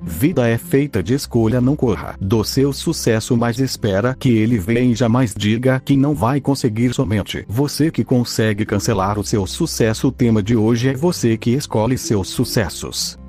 Vida é feita de escolha, não corra do seu sucesso, mas espera que ele venha e jamais diga que não vai conseguir. Somente você que consegue cancelar o seu sucesso. O tema de hoje é você que escolhe seus sucessos.